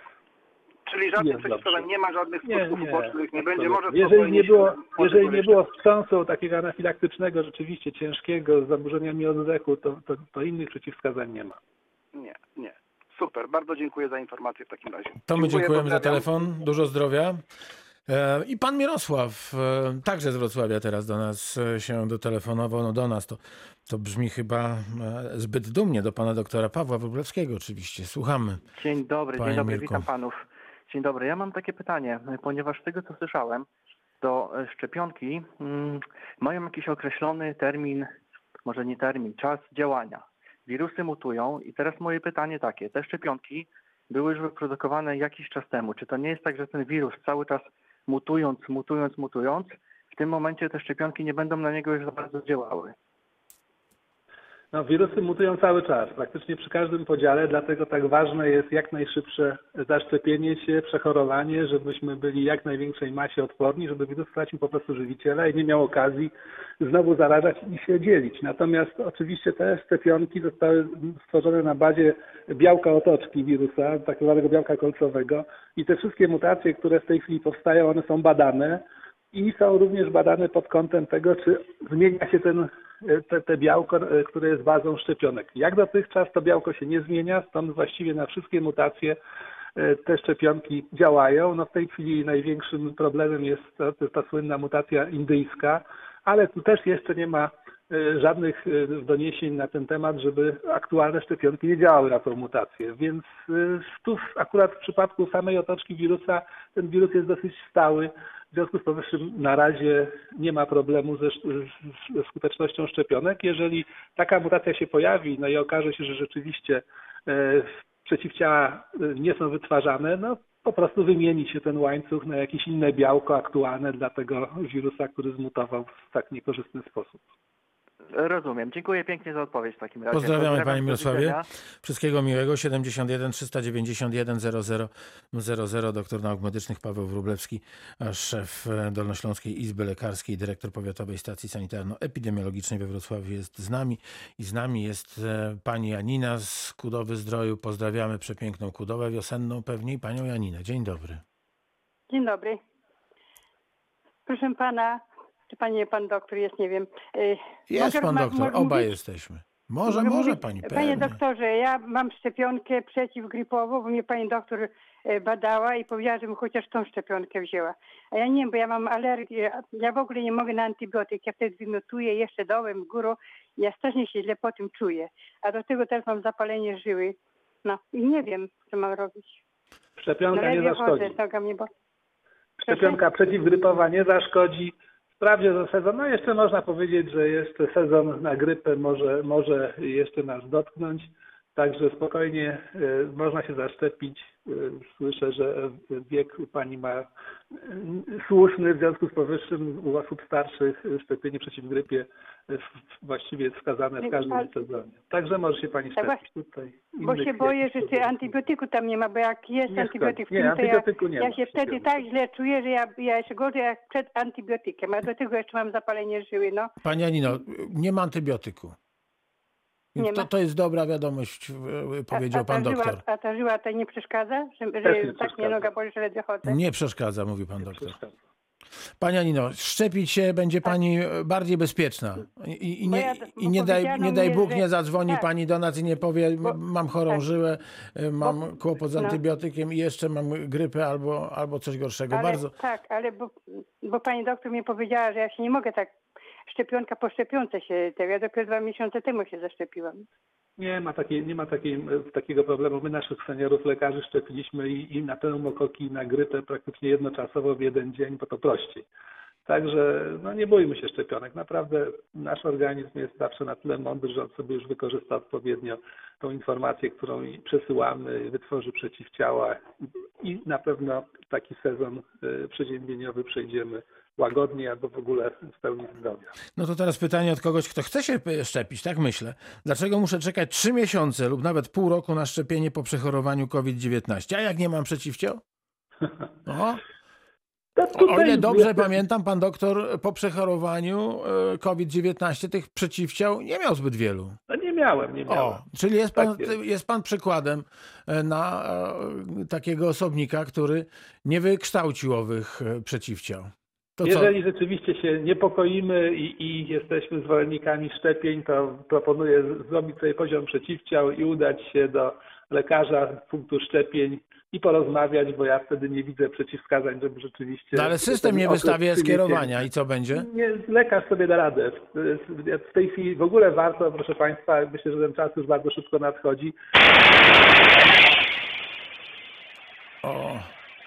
J: Czyli żadnych przeciwwskazań nie ma, żadnych skutków ubocznych nie, nie będzie. Może
E: jeżeli nie było, jeżeli nie było wstrząsu takiego anafilaktycznego, rzeczywiście ciężkiego, z zaburzeniami oddechu, to, to, to innych przeciwwskazań nie ma.
J: Super, bardzo dziękuję za informację w takim razie.
A: To my
J: Dziękuję,
A: dziękujemy za
J: pozdrawiam.
A: telefon, dużo zdrowia. E, I pan Mirosław, e, także z Wrocławia teraz do nas e, się dotelefonował, no do nas, to, to brzmi chyba e, zbyt dumnie, do pana doktora Pawła Wróblewskiego oczywiście. Słuchamy.
K: Dzień dobry,
A: Panie
K: dzień dobry,
A: Mirku.
K: witam panów. Dzień dobry, ja mam takie pytanie, ponieważ z tego co słyszałem, to e, szczepionki mm, mają jakiś określony termin, może nie termin, czas działania. Wirusy mutują i teraz moje pytanie takie, te szczepionki były już wyprodukowane jakiś czas temu. Czy to nie jest tak, że ten wirus cały czas mutując, mutując, mutując, w tym momencie te szczepionki nie będą na niego już za bardzo działały?
E: No, wirusy mutują cały czas, praktycznie przy każdym podziale, dlatego tak ważne jest jak najszybsze zaszczepienie się, przechorowanie, żebyśmy byli jak największej masie odporni, żeby wirus stracił po prostu żywiciela i nie miał okazji znowu zarażać i się dzielić. Natomiast oczywiście te szczepionki zostały stworzone na bazie białka otoczki wirusa, tak zwanego białka kolcowego i te wszystkie mutacje, które w tej chwili powstają, one są badane i są również badane pod kątem tego, czy zmienia się ten Te, te białko, które jest bazą szczepionek. Jak dotychczas to białko się nie zmienia, stąd właściwie na wszystkie mutacje te szczepionki działają. No w tej chwili największym problemem jest to, to jest ta słynna mutacja indyjska, ale tu też jeszcze nie ma żadnych doniesień na ten temat, żeby aktualne szczepionki nie działały na tą mutację. Więc tu akurat w przypadku samej otoczki wirusa ten wirus jest dosyć stały. W związku z powyższym na razie nie ma problemu ze, ze skutecznością szczepionek. Jeżeli taka mutacja się pojawi, no i okaże się, że rzeczywiście e, przeciwciała nie są wytwarzane, no po prostu wymieni się ten łańcuch na jakieś inne białko aktualne dla tego wirusa, który zmutował w tak niekorzystny sposób.
K: Rozumiem. Dziękuję pięknie za odpowiedź w takim razie.
A: Pozdrawiamy panie
K: do
A: Mirosławie.
K: widzenia.
A: Wszystkiego miłego. siedemdziesiąt jeden trzysta dziewięćdziesiąt jeden zero zero zero zero. Doktor nauk medycznych Paweł Wróblewski, szef Dolnośląskiej Izby Lekarskiej, dyrektor Powiatowej Stacji Sanitarno-Epidemiologicznej we Wrocławiu jest z nami. I z nami jest pani Janina z Kudowy Zdroju. Pozdrawiamy przepiękną Kudowę wiosenną pewnie i panią Janinę. Dzień dobry.
L: Dzień dobry. Proszę pana, czy panie pan doktor jest, nie wiem.
A: Jest
L: Może
A: pan
L: ma-
A: doktor,
L: może
A: obaj
L: mówić?
A: jesteśmy. Może,
L: Mogę
A: może
L: mówić?
A: pani,
L: Panie
A: pewnie.
L: doktorze, ja mam szczepionkę przeciwgripową, bo mnie pani doktor e, badała i powiedziała, żebym chociaż tą szczepionkę wzięła. A ja nie wiem, bo ja mam alergię, ja w ogóle nie mogę na antybiotyk. Ja wtedy wymiotuję jeszcze dołem, górą. Ja strasznie się źle po tym czuję. A do tego też mam zapalenie żyły. No i nie wiem, co mam robić.
E: Szczepionka
L: Na
E: nie
L: lewie
E: zaszkodzi.
L: chodzę, noga mnie boli.
E: Szczepionka przeciwgrypowa nie zaszkodzi. Wprawdzie za sezon, no jeszcze można powiedzieć, że jeszcze sezon na grypę może, może jeszcze nas dotknąć, także spokojnie y, można się zaszczepić. Y, słyszę, że wiek u pani ma y, słuszny, w związku z powyższym u osób starszych szczepienie przeciw grypie y, właściwie jest wskazane w każdym
L: Ale-
E: sezonie. Także może się pani
L: Tak
E: szczepić tutaj.
L: Bo
E: Innych
L: się boję,
E: jakichś
L: że ty
E: powodów.
L: antybiotyku tam nie ma, bo jak jest
E: Nie
L: antybiotyk w
E: szkodzi. Nie,
L: tym, to ja,
E: antybiotyku nie
L: ja
E: ma.
L: się wtedy tak źle czuję, że ja, ja jeszcze gorzej jak przed antybiotykiem, a do tego jeszcze mam zapalenie żyły, no.
A: Pani Janino, nie ma antybiotyku.
L: Nie
A: to,
L: ma.
A: to jest dobra wiadomość, e, powiedział
L: a, a ta
A: pan doktor.
L: Żyła, a ta żyła to nie przeszkadza? Że,
E: Też
L: że
E: nie
L: tak mnie
E: przeszkadza.
L: noga boli, że ledwie chodzę?
A: Nie przeszkadza, mówi pan doktor.
E: Przeszkadza.
A: Pani Janino, szczepić się będzie pani bardziej bezpieczna. I, i
L: Bo
A: nie,
L: ja-
A: i
L: bo
A: nie, daj,
L: powiedziano
A: nie daj
L: mi,
A: Bóg,
L: że-
A: nie zadzwoni
L: tak.
A: pani do nas i nie powie,
L: Bo-
A: mam chorą
L: tak.
A: żyłę, e, mam
L: Bo-
A: kłopot z
L: no.
A: antybiotykiem i jeszcze mam grypę albo, albo coś gorszego.
L: Ale,
A: Bardzo.
L: Tak, ale bo, bo pani doktor mi powiedziała, że ja się nie mogę tak szczepionka po szczepionce się, te- ja dopiero dwa miesiące temu się zaszczepiłam.
E: Nie ma, takiej, nie ma takiej, takiego problemu. My naszych seniorów, lekarzy szczepiliśmy i, i na pneumokoki, i na grypę praktycznie jednoczasowo w jeden dzień, bo to prościej. Także no nie bójmy się szczepionek. Naprawdę nasz organizm jest zawsze na tyle mądry, że on sobie już wykorzysta odpowiednio tą informację, którą i przesyłamy, wytworzy przeciwciała i na pewno taki sezon y, przeziębieniowy przejdziemy łagodnie albo w ogóle w pełni zdrowia.
A: No to teraz pytanie od kogoś, kto chce się szczepić, tak myślę. Dlaczego muszę czekać trzy miesiące lub nawet pół roku na szczepienie po przechorowaniu COVID dziewiętnaście? A jak nie mam przeciwciał? O,
E: To
A: o
E: tutaj
A: ile dobrze
E: jest-
A: pamiętam, pan doktor po przechorowaniu e, COVID dziewiętnaście tych przeciwciał nie miał zbyt wielu.
E: No nie miałem, nie miałem.
A: O, czyli jest pan,
E: Tak jest.
A: jest pan przykładem e, na e, takiego osobnika, który nie wykształcił owych e, przeciwciał. To co?
E: Jeżeli rzeczywiście się niepokoimy i, i jesteśmy zwolennikami szczepień, to proponuję z- zrobić sobie poziom przeciwciał i udać się do lekarza punktu szczepień i porozmawiać, bo ja wtedy nie widzę przeciwwskazań, żeby rzeczywiście...
A: No ale system
E: ten
A: nie
E: okres
A: wystawia
E: przyniesienia-
A: skierowania i co będzie?
E: Nie, lekarz sobie da radę. W, w tej chwili w ogóle warto, proszę Państwa, myślę, że ten czas już bardzo szybko nadchodzi.
A: O.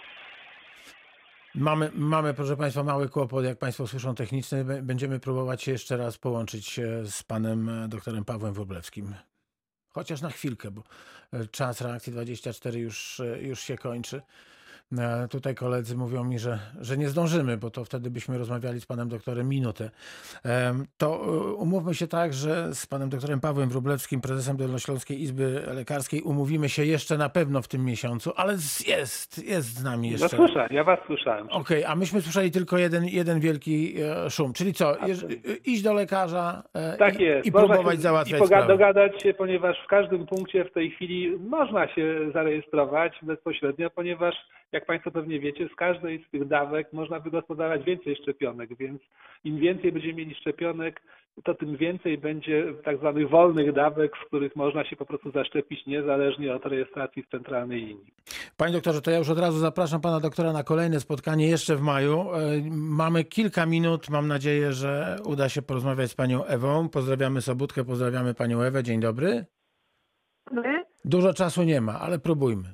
A: Mamy, mamy, proszę Państwa, mały kłopot, jak Państwo słyszą, techniczny. B- Będziemy próbować się jeszcze raz połączyć się z panem e, doktorem Pawłem Wróblewskim. Chociaż na chwilkę, bo e, czas reakcji dwadzieścia cztery już, e, już się kończy. E, Tutaj koledzy mówią mi, że, że nie zdążymy, bo to wtedy byśmy rozmawiali z panem doktorem minutę. Em, To e, umówmy się tak, że z panem doktorem Pawłem Wróblewskim, prezesem Dolnośląskiej Izby Lekarskiej, umówimy się jeszcze na pewno w tym miesiącu, ale z- jest, jest z nami
E: No
A: jeszcze.
E: słyszę, ja Was słyszałem.
A: Okej, a myśmy słyszeli tylko jeden, jeden wielki e, szum. Czyli co, jeż, iść do lekarza e,
E: Tak
A: i,
E: jest.
A: i
E: Można
A: próbować
E: się-
A: załatwiać
E: I poga-
A: sprawę.
E: dogadać się, ponieważ w każdym punkcie w tej chwili można się zarejestrować bezpośrednio, ponieważ jak Państwo pewnie wiecie, z każdej z tych dawek można wygospodarować więcej szczepionek, więc im więcej będziemy mieli szczepionek, to tym więcej będzie tak zwanych wolnych dawek, z których można się po prostu zaszczepić niezależnie od rejestracji w centralnej linii.
A: Panie doktorze, to ja już od razu zapraszam pana doktora na kolejne spotkanie jeszcze w maju. E, Mamy kilka minut. Mam nadzieję, że uda się porozmawiać z panią Ewą. Pozdrawiamy Sobótkę, pozdrawiamy panią Ewę. Dzień dobry.
F: Wy?
A: Dużo czasu nie ma, ale próbujmy.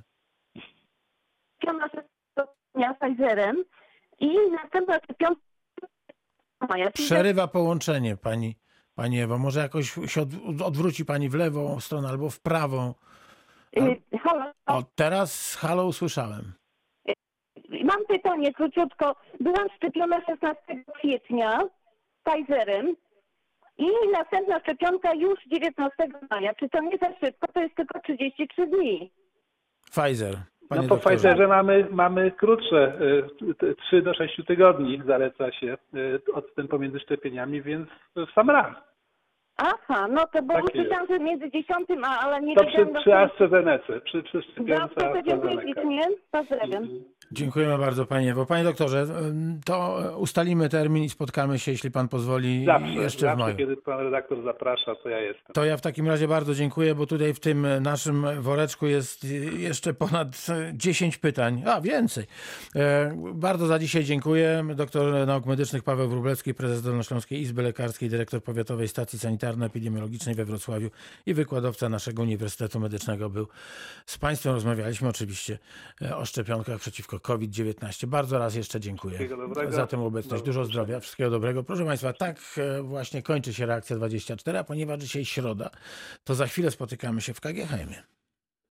F: Piona dnia Pfizerem i następna szczepionka moja.
A: Przerywa połączenie pani, pani Ewo. Może jakoś się od, odwróci pani w lewą stronę albo w prawą.
F: Y, Halo,
A: O, teraz halo usłyszałem.
F: mam pytanie króciutko. Byłam szczepiona szesnastego kwietnia Pfizerem i następna szczepionka już dziewiętnastego maja. Czy to nie za szybko? To jest tylko trzydzieści trzy dni.
A: Pfizer. Panie
E: No po
A: doktorze.
E: Pfizerze mamy, mamy krótsze, y, t- trzy do sześciu tygodni zaleca się y, odstęp pomiędzy szczepieniami, więc w sam raz.
F: Aha, no to bo
E: Tak
F: usłyszałam, że między dziesiątym, a ale nie
E: To przy,
F: wiedziałam...
E: przy AstraZenece, przy, przy szczepionce
F: Dobrze, to dziękuję
E: AstraZeneca.
F: ślicznie. Pozdrawiam.
A: Dziękujemy bardzo panie Ewo. Panie doktorze, ym, to ustalimy termin i spotkamy się, jeśli pan pozwoli,
E: Zawsze,
A: jeszcze w
E: zawsze
A: maju.
E: kiedy pan redaktor zaprasza, to ja jestem.
A: To ja w takim razie bardzo dziękuję, bo tutaj w tym naszym woreczku jest jeszcze ponad dziesięć pytań, a więcej. E, Bardzo za dzisiaj dziękuję. Doktor nauk medycznych Paweł Wróblewski, prezes Dolnośląskiej Izby Lekarskiej, dyrektor Powiatowej Stacji Sanitarno-Epidemiologicznej we Wrocławiu i wykładowca naszego Uniwersytetu Medycznego był z państwem. Rozmawialiśmy oczywiście e, o szczepionkach przeciwko COVID dziewiętnaście. Bardzo raz jeszcze dziękuję
E: Wszystkiego dobrego.
A: za tę obecność.
E: Do
A: Dużo
E: zobaczenia.
A: zdrowia, wszystkiego dobrego. Proszę Państwa, tak e, właśnie kończy się reakcja dwadzieścia cztery, a ponieważ dzisiaj środa, to za chwilę spotykamy się w K G H M ie.